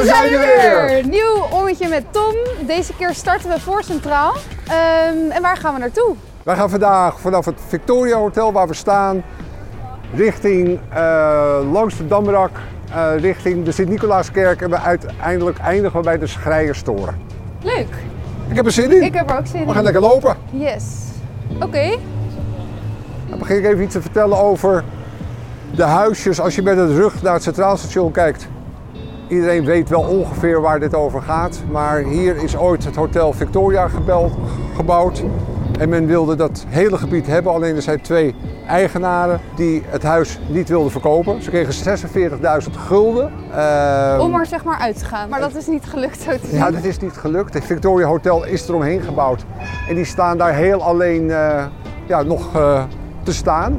We zijn er weer! Nieuw ommetje met Tom. Deze keer starten we voor Centraal. En waar gaan we naartoe? Wij gaan vandaag vanaf het Victoria Hotel waar we staan richting langs de Damrak, richting de Sint-Nicolaaskerk en we uiteindelijk eindigen we bij de Schrijerstoren. Leuk! Ik heb er zin in. Ik heb er ook zin in. We gaan lekker lopen. Yes. Oké. Dan begin ik even iets te vertellen over de huisjes als je met het rug naar het Centraal Station kijkt. Iedereen weet wel ongeveer waar dit over gaat, maar hier is ooit het Hotel Victoria gebouwd. En men wilde dat hele gebied hebben, alleen er zijn twee eigenaren die het huis niet wilden verkopen. Ze kregen 46.000 gulden. Om er zeg maar uit te gaan, maar dat is niet gelukt zo te zien. Ja, dat is niet gelukt. Het Victoria Hotel is eromheen gebouwd. En die staan daar heel alleen nog te staan.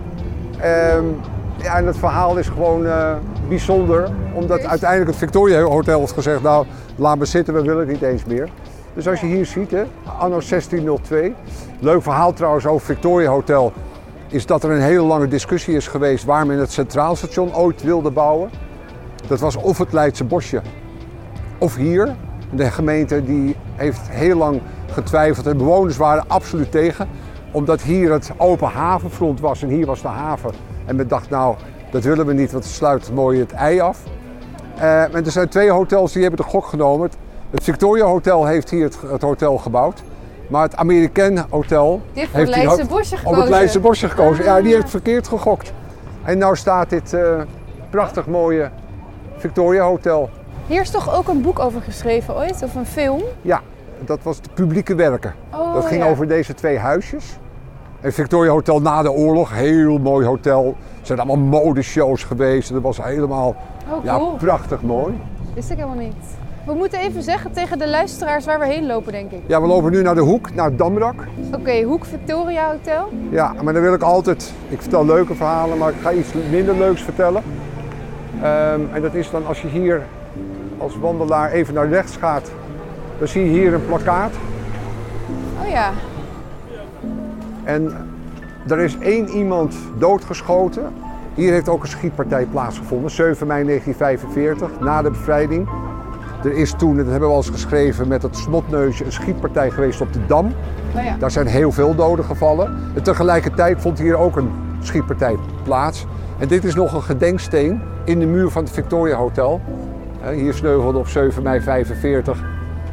Ja, en het verhaal is gewoon bijzonder, omdat uiteindelijk het Victoria Hotel heeft gezegd, nou laat me zitten, we willen het niet eens meer. Dus als je hier ziet, hè, anno 1602, leuk verhaal trouwens over Victoria Hotel, is dat er een hele lange discussie is geweest waar men het Centraal Station ooit wilde bouwen. Dat was of het Leidse Bosje of hier. De gemeente die heeft heel lang getwijfeld en bewoners waren absoluut tegen, omdat hier het open havenfront was en hier was de haven. En men dacht, nou, dat willen we niet, want het sluit mooi het ei af. En er zijn twee hotels die hebben de gok genomen. Het Victoria Hotel heeft hier het hotel gebouwd. Maar het American Hotel heeft voor het Leidse Bosje gekozen. Op het Leidse Bosje gekozen. Ja, die heeft verkeerd gegokt. En nou staat dit prachtig mooie Victoria Hotel. Hier is toch ook een boek over geschreven ooit, of een film? Ja, dat was de publieke werken. Oh, dat ging ja. over deze twee huisjes. En Victoria Hotel na de oorlog, heel mooi hotel. Er zijn allemaal modeshows geweest. Dat was helemaal cool. Prachtig mooi. Wist ik helemaal niet. We moeten even zeggen tegen de luisteraars waar we heen lopen, denk ik. Ja, we lopen nu naar de Hoek, naar Damrak. Oké, Hoek Victoria Hotel. Ja, maar dan wil ik altijd, ik vertel leuke verhalen, maar ik ga iets minder leuks vertellen. En dat is dan als je hier als wandelaar even naar rechts gaat, dan zie je hier een plakkaat. Oh ja. En er is één iemand doodgeschoten. Hier heeft ook een schietpartij plaatsgevonden, 7 mei 1945, na de bevrijding. Er is toen, dat hebben we al eens geschreven, met het snotneusje een schietpartij geweest op de Dam. Oh ja. Daar zijn heel veel doden gevallen. En tegelijkertijd vond hier ook een schietpartij plaats. En dit is nog een gedenksteen in de muur van het Victoria Hotel. Hier sneuvelde op 7 mei 1945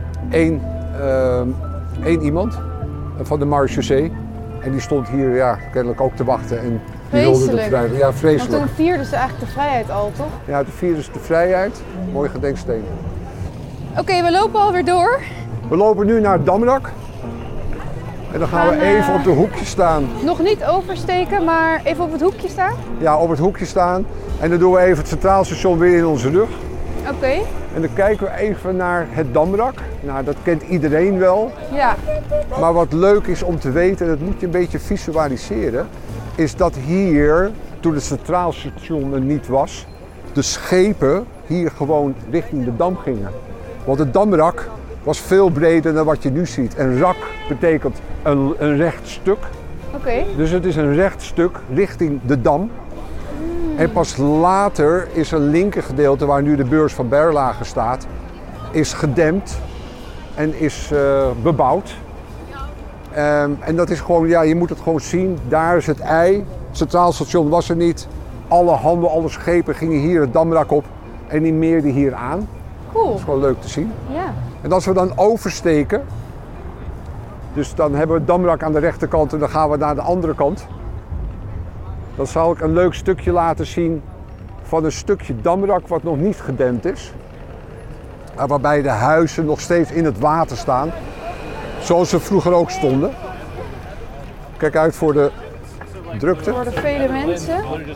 één iemand van de Marechaussee. En die stond hier kennelijk ook te wachten. En die wilde de vrijheid. Ja, vreselijk. Want toen vierden ze eigenlijk de vrijheid al, toch? Ja, toen vierden ze de vrijheid. Mooi gedenksteen. Oké, we lopen alweer door. We lopen nu naar Damrak. En dan gaan we even op de hoekje staan. Nog niet oversteken, maar even op het hoekje staan? Ja, op het hoekje staan. En dan doen we even het Centraal Station weer in onze rug. Oké. En dan kijken we even naar het Damrak. Nou, dat kent iedereen wel. Ja. Maar wat leuk is om te weten, en dat moet je een beetje visualiseren, is dat hier, toen het Centraal Station er niet was, de schepen hier gewoon richting de Dam gingen. Want het Damrak was veel breder dan wat je nu ziet. En rak betekent een recht stuk. Oké. Dus het is een recht stuk richting de Dam. En pas later is een linker gedeelte, waar nu de beurs van Berlage staat, is gedempt en is bebouwd. En dat is gewoon, ja, je moet het gewoon zien. Daar is het ei. Het Centraal Station was er niet. Alle handen, alle schepen gingen hier het Damrak op en die meerden hier aan. Cool. Dat is gewoon leuk te zien. Ja. En als we dan oversteken, dus dan hebben we het Damrak aan de rechterkant en dan gaan we naar de andere kant. Dan zal ik een leuk stukje laten zien van een stukje Damrak wat nog niet gedempt is. Waarbij de huizen nog steeds in het water staan. Zoals ze vroeger ook stonden. Kijk uit voor de drukte. Voor de vele mensen.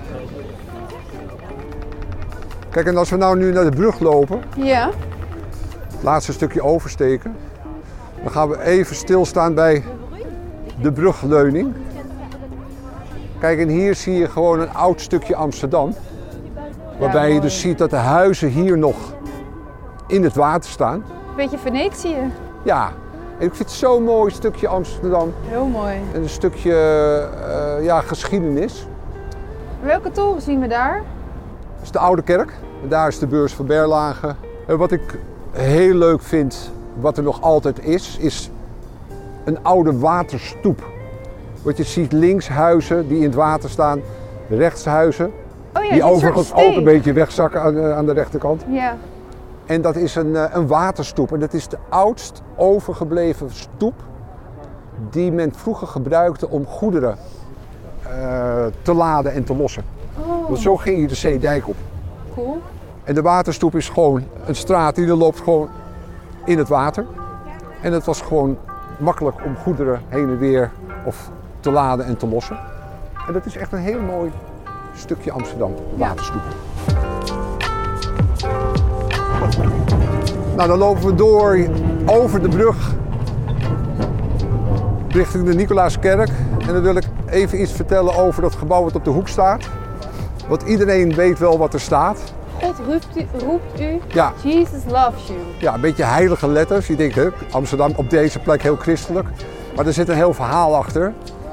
Kijk, en als we nou nu naar de brug lopen, Ja. het laatste stukje oversteken, dan gaan we even stilstaan bij de brugleuning. Kijk, en hier zie je gewoon een oud stukje Amsterdam. Waarbij je dus ziet dat de huizen hier nog in het water staan. Beetje Venetië. Ja, en ik vind het zo'n mooi stukje Amsterdam. Heel mooi. En een stukje geschiedenis. Welke toren zien we daar? Dat is de Oude Kerk. En daar is de beurs van Berlage. En wat ik heel leuk vind, wat er nog altijd is een oude waterstoep. Want je ziet links huizen die in het water staan, rechts huizen. Oh ja, Die overigens ook een beetje wegzakken aan de rechterkant. Ja. En dat is een waterstoep. En dat is de oudst overgebleven stoep die men vroeger gebruikte om goederen te laden en te lossen. Oh, Want zo ging je de Zeedijk op. cool. En de waterstoep is gewoon een straat die er loopt gewoon in het water. En het was gewoon makkelijk om goederen heen en weer of te laden en te lossen. En dat is echt een heel mooi stukje Amsterdam, waterstoep. Nou, dan lopen we door over de brug richting de Nicolaaskerk. En dan wil ik even iets vertellen over dat gebouw wat op de hoek staat. Want iedereen weet wel wat er staat. God roept u, Ja. Jesus loves you. Ja, een beetje heilige letters. Je denkt, hè, Amsterdam op deze plek heel christelijk. Maar er zit een heel verhaal achter.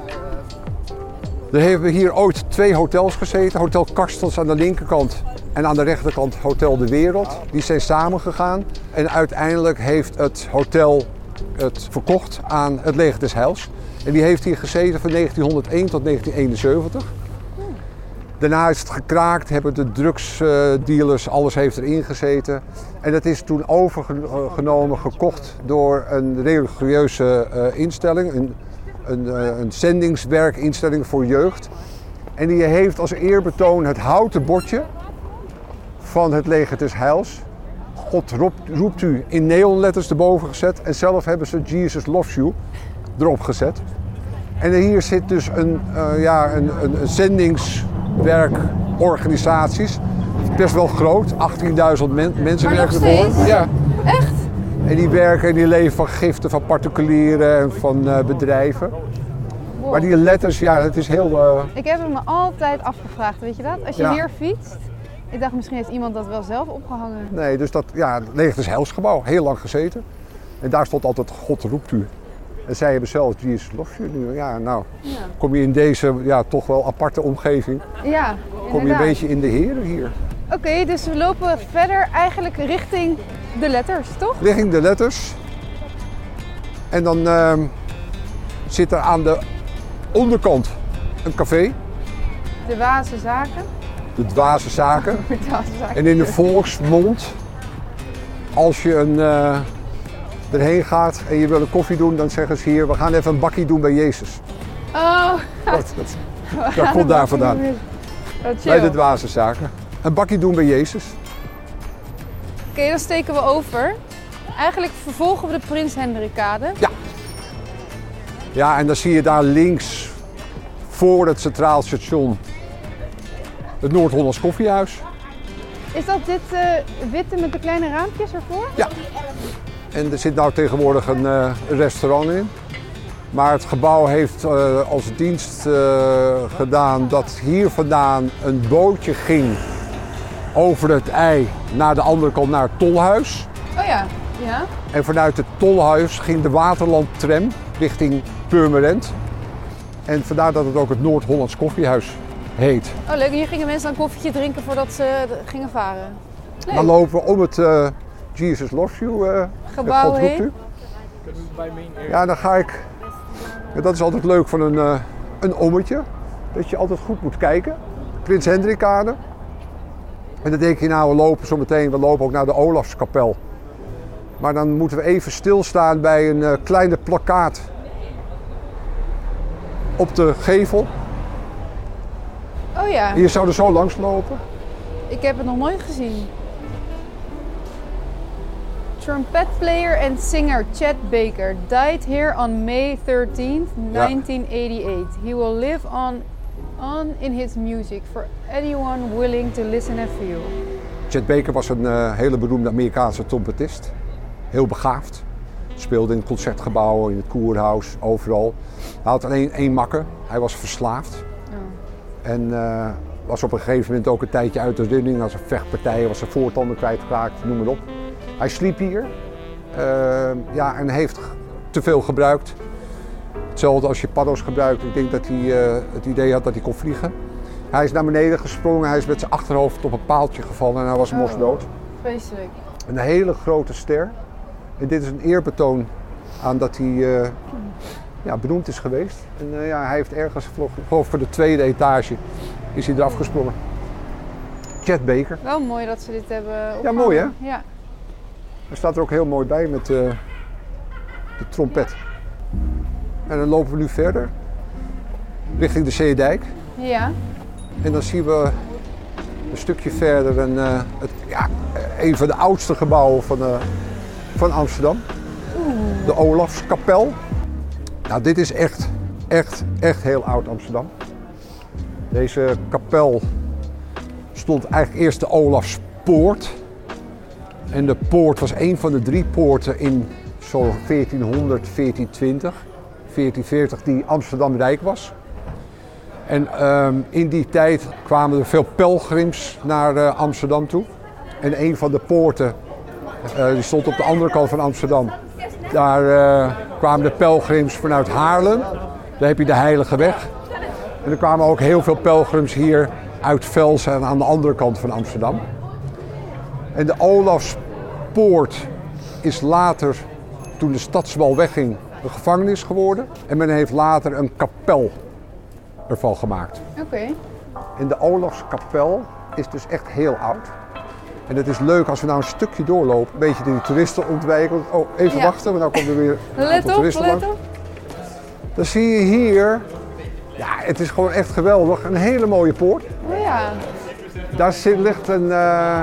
Er hebben hier ooit 2 hotels gezeten. Hotel Karstens aan de linkerkant en aan de rechterkant Hotel de Wereld. Die zijn samengegaan. En uiteindelijk heeft het hotel het verkocht aan het Leger des Heils. En die heeft hier gezeten van 1901 tot 1971. Daarna is het gekraakt, hebben de drugsdealers, alles heeft erin gezeten. En dat is toen overgenomen, gekocht door een religieuze instelling, een zendingswerkinstelling voor jeugd. En die heeft als eerbetoon het houten bordje van het Leger des Heils. God roept u in neonletters erboven gezet. En zelf hebben ze Jesus loves you erop gezet. En hier zit dus een zendingswerkorganisaties. Best wel groot, 18.000 mensen Maar werken nog ervoor. steeds? Ja. Echt? En die werken en die leven van giften van particulieren en van bedrijven. Wow. Maar die letters, ja, het is heel... Ik heb het me altijd afgevraagd, weet je dat? Als je Ja. hier fietst, ik dacht misschien heeft iemand dat wel zelf opgehangen. Nee, dus dat, ja, het Leger des Heils gebouw, heel lang gezeten. En daar stond altijd God roept u. En zij hebben zelf Jesus loves you nu. Ja, nou, Ja, kom je in deze ja, toch wel aparte omgeving, ja kom je een inderdaad. beetje in de Heren hier. Oké, dus we lopen verder eigenlijk richting de letters, toch? Richting de letters. En dan zit er aan de onderkant een café, De Waze Zaken. de Dwaze Zaken. De Waze Zaken. En in de volksmond, als je erheen gaat en je wil een koffie doen, dan zeggen ze hier, we gaan even een bakkie doen bij Jezus. Oh, Dat komt daar vandaan, wat chill. bij de Dwaze Zaken. Een bakkie doen bij Jezus. Oké, dan steken we over. Eigenlijk vervolgen we de Prins Hendrikkade. Ja, en dan zie je daar links voor het Centraal Station het Noord-Hollands Koffiehuis. Is dat dit witte met de kleine raampjes ervoor? Ja. En er zit nou tegenwoordig een restaurant in. Maar het gebouw heeft als dienst gedaan dat hier vandaan een bootje ging over het IJ naar de andere kant naar het Tolhuis. Oh ja. Ja. En vanuit het Tolhuis ging de Waterlandtram richting Purmerend. En vandaar dat het ook het Noord-Hollands Koffiehuis heet. Oh leuk, hier gingen mensen een koffietje drinken voordat ze gingen varen. Leuk. Dan lopen we om het Jesus Loves You Gebouw God roept heen. u. Ja, dan ga ik. Ja, dat is altijd leuk van een ommetje. Dat je altijd goed moet kijken. Prins Hendrikkade. En dan denk je, nou, we lopen zo meteen, we lopen ook naar de Olafskapel. Maar dan moeten we even stilstaan bij een kleine plakkaat op de gevel. Oh ja, En je zou er zo langs lopen. ik heb het nog nooit gezien. Trumpet player and singer Chet Baker died here on May 13th, 1988. He will live on in his music for anyone willing to listen and feel. Chet Baker was een hele beroemde Amerikaanse trompetist. Heel begaafd. Speelde in concertgebouwen, in het Kurhaus, overal. Hij had alleen één makker. Hij was verslaafd. Oh. En was op een gegeven moment ook een tijdje uit de running. Als een vechtpartij, was zijn voortanden kwijtgeraakt, noem maar op. Hij sliep hier. En heeft te veel gebruikt. Hetzelfde als je paddo's gebruikt. Ik denk dat hij het idee had dat hij kon vliegen. Hij is naar beneden gesprongen. Hij is met zijn achterhoofd op een paaltje gevallen en hij was mosdood. Vreselijk. Een hele grote ster. En dit is een eerbetoon aan dat hij benoemd is geweest. En hij heeft ergens, geloof voor de 2e etage, is hij eraf gesprongen. Chet Baker. Wel mooi dat ze dit hebben opgehangen. Ja, mooi hè? Ja. Er staat er ook heel mooi bij met de trompet. En dan lopen we nu verder. Richting de Zeedijk. Ja. En dan zien we een stukje verder een van de oudste gebouwen van Amsterdam. De Olafskapel. Nou, dit is echt heel oud Amsterdam. Deze kapel stond eigenlijk eerst de Olafspoort. En de poort was een van de 3 poorten in zo'n 1400, 1420, 1440 die Amsterdam rijk was. En in die tijd kwamen er veel pelgrims naar Amsterdam toe. En een van de poorten, die stond op de andere kant van Amsterdam. Daar kwamen de pelgrims vanuit Haarlem. Daar heb je de Heilige Weg. En er kwamen ook heel veel pelgrims hier uit Velsen aan de andere kant van Amsterdam. En de Olafspoort is later, toen de stadswal wegging, een gevangenis geworden. En men heeft later een kapel ervan gemaakt. Oké. En de Olafskapel is dus echt heel oud. En het is leuk als we nou een stukje doorlopen, een beetje die toeristen ontwijken. Oh, even wachten, want nou komt er weer een aantal toeristen langs. Let op. Dan zie je hier, ja, het is gewoon echt geweldig, een hele mooie poort. Oh ja. Daar ligt een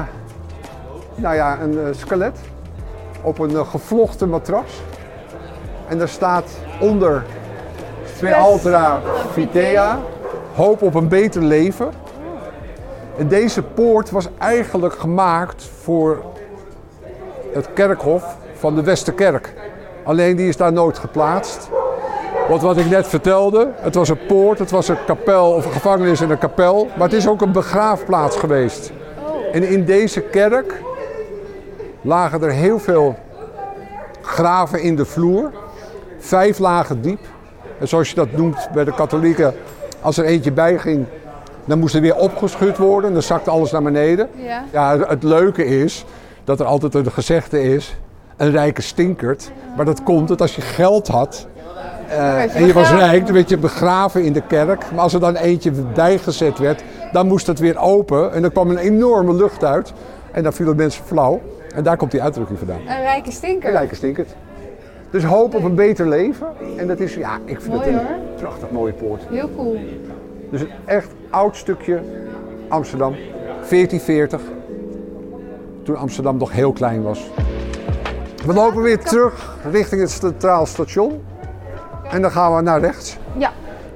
skelet op een gevlochten matras. En daar staat onder Twee Altera Vitea, hoop op een beter leven. En deze poort was eigenlijk gemaakt voor het kerkhof van de Westerkerk. Alleen die is daar nooit geplaatst. Want wat ik net vertelde, het was een poort, het was een kapel of een gevangenis en een kapel. Maar het is ook een begraafplaats geweest. En in deze kerk lagen er heel veel graven in de vloer. 5 lagen diep. En zoals je dat noemt bij de katholieken, als er eentje bij ging, dan moest er weer opgeschud worden en dan zakte alles naar beneden. Ja. Ja, het leuke is dat er altijd een gezegde is, een rijke stinkert. Maar dat komt dat als je geld had en je was rijk, dan werd je begraven in de kerk. Maar als er dan eentje bijgezet werd, dan moest het weer open en dan kwam een enorme lucht uit. En dan vielen mensen flauw. En daar komt die uitdrukking vandaan. Een rijke stinker. Een rijke stinkert. Dus hoop op een beter leven. En dat is, ja, ik vind mooi, het een hoor. prachtig mooie poort. Heel cool. Dus een echt oud stukje Amsterdam, 1440, toen Amsterdam nog heel klein was. We lopen weer terug richting het Centraal Station en dan gaan we naar rechts. Ja.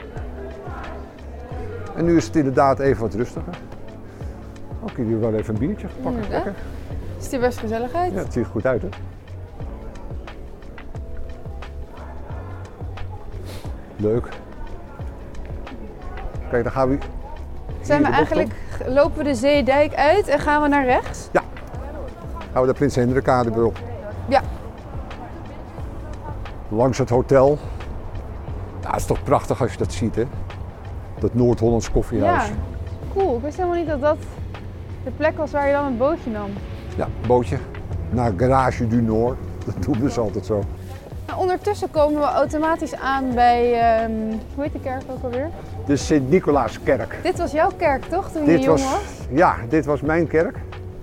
En nu is het inderdaad even wat rustiger. Ook hier wel even een biertje pakken. Inderdaad. Is die best gezelligheid? Ja, het ziet er goed uit, hè? Leuk. Kijk, dan gaan we. Lopen we de Zeedijk uit en gaan we naar rechts? Ja. Gaan we de Prins Hendrikkade weer op. Ja. Langs het hotel. Ja, het is toch prachtig als je dat ziet, hè? Dat Noord-Hollands koffiehuis. Ja, cool. Ik wist helemaal niet dat dat de plek was waar je dan het bootje nam. Ja, bootje naar Garage du Nord. Dat doen we dus altijd zo. Nou, ondertussen komen we automatisch aan bij, hoe heet de kerk ook alweer? De Sint-Nicolaaskerk. Dit was jouw kerk toch, toen je jong was? Ja, dit was mijn kerk.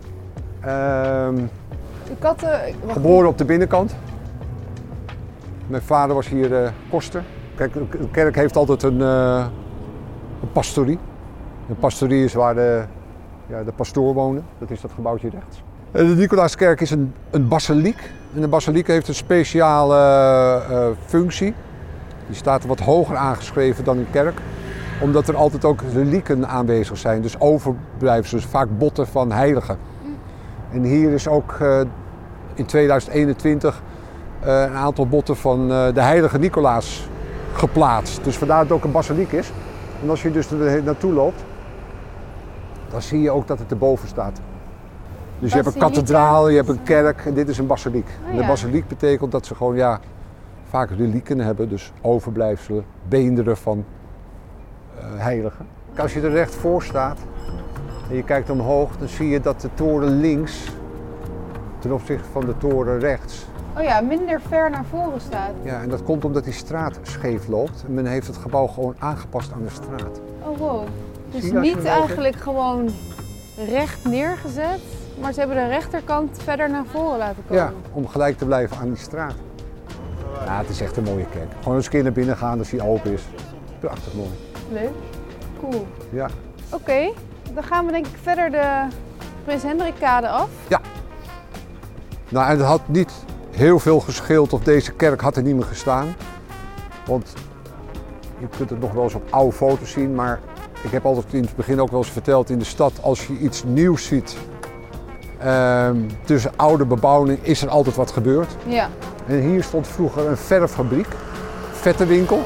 Ik had, geboren op de binnenkant. Mijn vader was hier koster. Kijk, de kerk heeft altijd een pastorie. Een pastorie is waar de pastoor woonde. Dat is dat gebouwtje rechts. De Nicolaaskerk is een basiliek. En de basiliek heeft een speciale functie. Die staat wat hoger aangeschreven dan een kerk. Omdat er altijd ook relieken aanwezig zijn. Dus overblijfselen, vaak botten van heiligen. En hier is ook in 2021 een aantal botten van de heilige Nicolaas geplaatst. Dus vandaar dat het ook een basiliek is. En als je dus er naartoe loopt, dan zie je ook dat het erboven staat. Dus je hebt een kathedraal, je hebt een kerk en dit is een basiliek. Oh, en de basiliek betekent dat ze gewoon vaak relieken hebben, dus overblijfselen, beenderen van heiligen. Als je er recht voor staat en je kijkt omhoog, dan zie je dat de toren links ten opzichte van de toren rechts. Oh ja, minder ver naar voren staat. Ja, en dat komt omdat die straat scheef loopt. Men heeft het gebouw gewoon aangepast aan de straat. Oh wow. Dus Zie je als je niet loopt? eigenlijk gewoon recht neergezet, maar ze hebben de rechterkant verder naar voren laten komen. Ja, om gelijk te blijven aan die straat. Ja, het is echt een mooie kerk. Gewoon eens een keer naar binnen gaan als die open is. Prachtig mooi. Leuk. Cool. Ja. Oké, dan gaan we denk ik verder de Prins Hendrikkade af. Ja. Nou, en het had niet heel veel gescheeld of deze kerk had er niet meer gestaan. Want je kunt het nog wel eens op oude foto's zien, maar ik heb altijd in het begin ook wel eens verteld in de stad, als je iets nieuws ziet tussen oude bebouwing, is er altijd wat gebeurd. Ja. En hier stond vroeger een verffabriek, Vettenwinkel.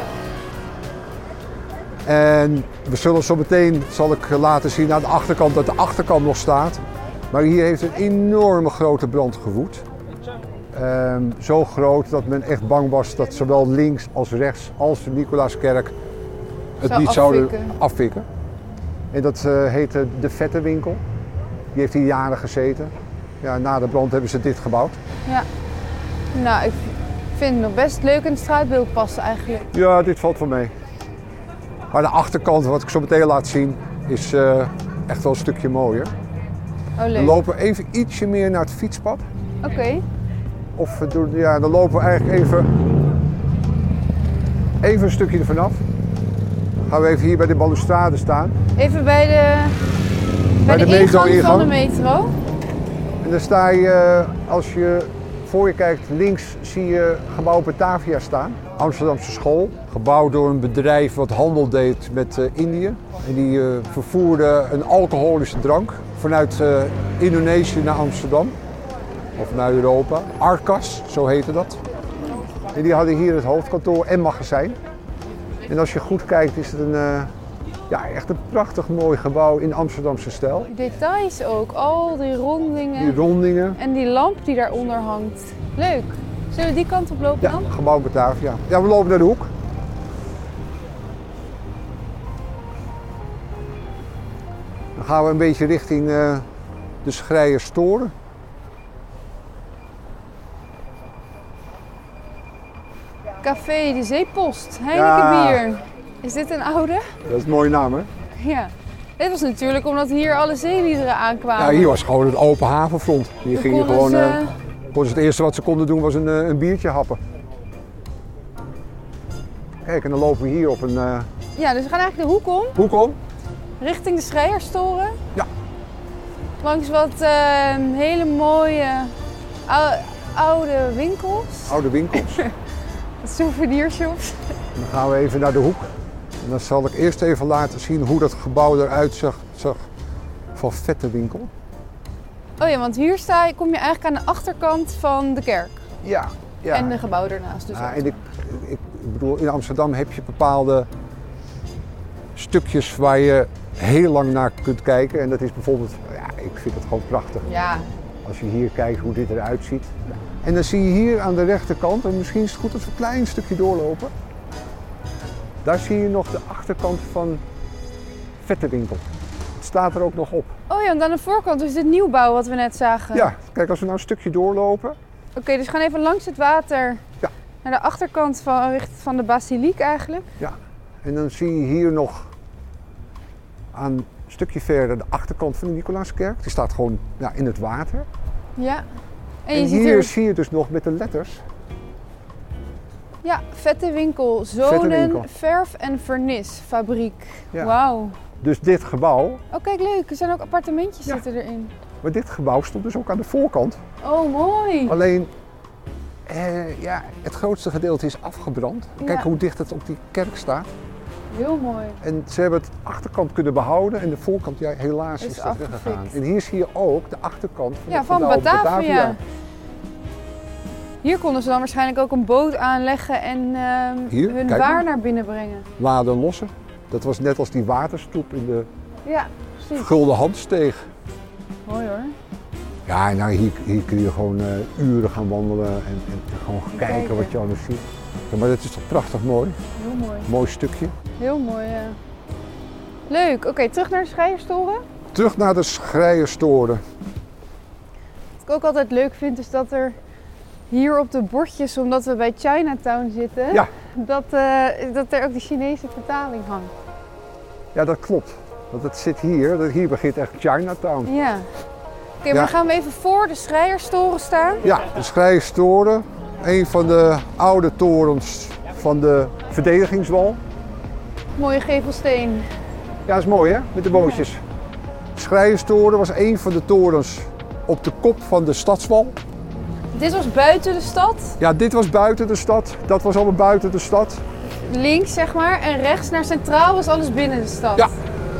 En we zullen zo meteen, zal ik laten zien aan de achterkant, dat de achterkant nog staat. Maar hier heeft een enorme grote brand gewoed. Zo groot dat men echt bang was dat zowel links als rechts als de Nicolaaskerk het niet zouden afwikken. En dat heette de Vettenwinkel. Die heeft hier jaren gezeten. Ja, na de brand hebben ze dit gebouwd. Ja. Nou, ik vind het nog best leuk in het straatbeeld passen eigenlijk. Ja, dit valt wel mee. Maar de achterkant, wat ik zo meteen laat zien, is echt wel een stukje mooier. Oh, leuk. Dan lopen we even ietsje meer naar het fietspad. Oké. Of we doen, ja, dan lopen we eigenlijk even een stukje ervan af. Dan gaan we even hier bij de balustrade staan. Even bij de ingang van de metro. En dan sta je, als je voor je kijkt, links zie je gebouw Batavia staan. Amsterdamse school, gebouwd door een bedrijf wat handel deed met Indië. En die vervoerde een alcoholische drank vanuit Indonesië naar Amsterdam. Of naar Europa. Arcas, zo heette dat. En die hadden hier het hoofdkantoor en magazijn. En als je goed kijkt is het echt een prachtig mooi gebouw in Amsterdamse stijl. Details ook, al die rondingen. Die rondingen. En die lamp die daaronder hangt. Leuk. Zullen we die kant op lopen dan? Ja, gebouw Batavia. Ja, we lopen naar de hoek. Dan gaan we een beetje richting de Schreierstoren. Café de Zeepost, Heineken bier. Is dit een oude? Dat is een mooie naam, hè? Ja. Dit was natuurlijk omdat hier alle zeeliederen aankwamen. Ja, hier was gewoon het open havenfront. Hier ging je gewoon... het eerste wat ze konden doen was een biertje happen. Kijk, en dan lopen we hier op een... Ja, dus we gaan eigenlijk de hoek om. Hoek om. Richting de Schreierstoren. Ja. Langs wat hele mooie oude winkels. Oude winkels. Souvenirshops. Dan gaan we even naar de hoek. En dan zal ik eerst even laten zien hoe dat gebouw eruit zag van Vettenwinkel. Oh ja, want hier kom je eigenlijk aan de achterkant van de kerk. Ja. En de gebouw ernaast dus. Ja, en ik bedoel, in Amsterdam heb je bepaalde stukjes waar je heel lang naar kunt kijken. En dat is bijvoorbeeld, ja, ik vind het gewoon prachtig. Ja. Als je hier kijkt hoe dit eruit ziet. En dan zie je hier aan de rechterkant, en misschien is het goed als we een klein stukje doorlopen. Daar zie je nog de achterkant van Vettenwinkel. Het staat er ook nog op. Oh ja, en aan de voorkant is dit nieuwbouw wat we net zagen. Ja, kijk, als we nou een stukje doorlopen. Oké, dus we gaan even langs het water Ja. naar de achterkant van de basiliek eigenlijk. Ja, en dan zie je hier nog aan een stukje verder de achterkant van de Nicolaaskerk. Die staat gewoon in het water. Ja. En je ziet hier er... zie je dus nog met de letters. Ja, Vettenwinkel, Zonen, Verf en Vernisfabriek. Ja. Wauw. Dus dit gebouw, Oh kijk leuk, er zijn ook appartementjes zitten erin. maar dit gebouw stond dus ook aan de voorkant. Oh mooi. Alleen, het grootste gedeelte is afgebrand. Kijk hoe dicht het op die kerk staat. Heel mooi. En ze hebben het achterkant kunnen behouden en de voorkant, helaas is dat weggegaan. En hier zie je ook de achterkant van het gebouw Batavia. Hier konden ze dan waarschijnlijk ook een boot aanleggen en hun waar naar binnen brengen. Laden lossen. Dat was net als die waterstoep in de precies. Gulden Handsteeg. Mooi hoor. Ja, nou hier kun je gewoon uren gaan wandelen en gewoon kijken wat je allemaal ziet. Ja, maar dat is toch prachtig mooi. Heel mooi. Mooi stukje. Heel mooi, ja. Leuk. Oké, terug naar de Schreierstoren. Terug naar de Schreierstoren. ik ook altijd leuk vind is dat er hier op de bordjes, omdat we bij Chinatown zitten, Ja. dat er ook de Chinese vertaling hangt. Ja, dat klopt. Want het zit hier. Hier begint echt Chinatown. Ja. Oké, maar Ja. dan gaan we even voor de Schreierstoren staan. Ja, de Schreierstoren. Een van de oude torens van de verdedigingswal. Mooie gevelsteen. Ja, dat is mooi hè, met de bootjes. De Schreierstoren was een van de torens op de kop van de stadswal. Dit was buiten de stad, Ja, dit was buiten de stad. Dat was allemaal buiten de stad. links zeg maar, en rechts naar centraal was alles binnen de stad. Ja.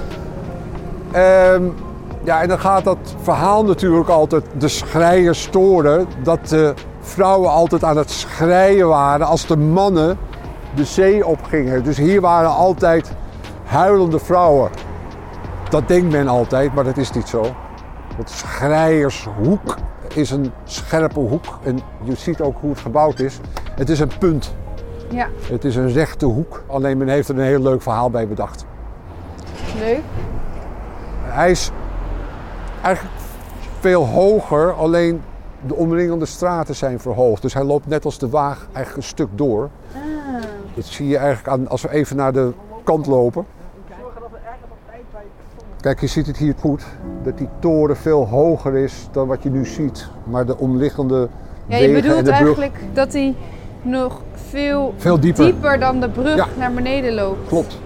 Ja, en dan gaat dat verhaal natuurlijk altijd, de Schreierstoren, dat de vrouwen altijd aan het schreien waren als de mannen de zee opgingen. Dus hier waren altijd huilende vrouwen. Dat denkt men altijd, maar dat is niet zo. Het Schreiershoek is een scherpe hoek en je ziet ook hoe het gebouwd is. Het is een punt. Ja, Het is een rechte hoek, alleen men heeft er een heel leuk verhaal bij bedacht. leuk. Hij is eigenlijk veel hoger, alleen de omringende straten zijn verhoogd. Dus hij loopt net als de Waag eigenlijk een stuk door. Ah. Dat zie je eigenlijk aan, als we even naar de kant lopen. Kijk, je ziet het hier goed, dat die toren veel hoger is dan wat je nu ziet. Maar de omliggende Ja, je wegen en bedoelt de brug... eigenlijk dat hij nog veel dieper. dan de brug Ja. naar beneden loopt. Klopt.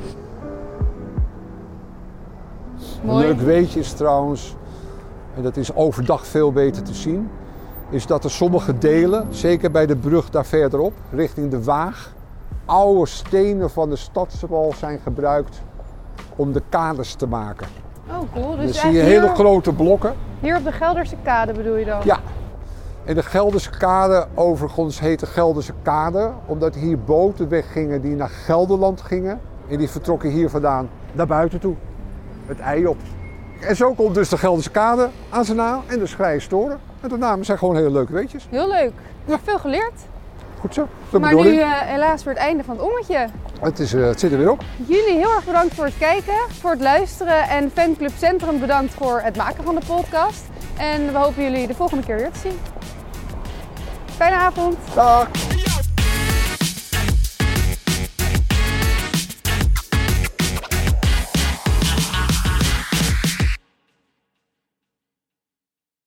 Mooi. Een leuk weetje is trouwens, en dat is overdag veel beter te zien, is dat er sommige delen, zeker bij de brug daar verderop, richting de Waag, oude stenen van de stadswal zijn gebruikt om de kaders te maken. Oh, cool. Dan Dus zie je eigenlijk hele grote blokken. hier op de Gelderse kade bedoel je dan? Ja. En de Gelderse kade, overigens heet de Gelderse kade, omdat hier boten weggingen die naar Gelderland gingen. En die vertrokken hier vandaan naar buiten toe. Het ei op. En zo komt dus de Gelderse kade aan zijn naam en de Schreierstoren. En de namen zijn gewoon hele leuke weetjes. Heel leuk. Ja. Veel geleerd. Goed zo, dat Maar bedoel nu ik. helaas weer het einde van het ommetje. Het zit er weer op. Jullie heel erg bedankt voor het kijken, voor het luisteren. En Fanclub Centrum bedankt voor het maken van de podcast. En we hopen jullie de volgende keer weer te zien. Fijne avond. Dag!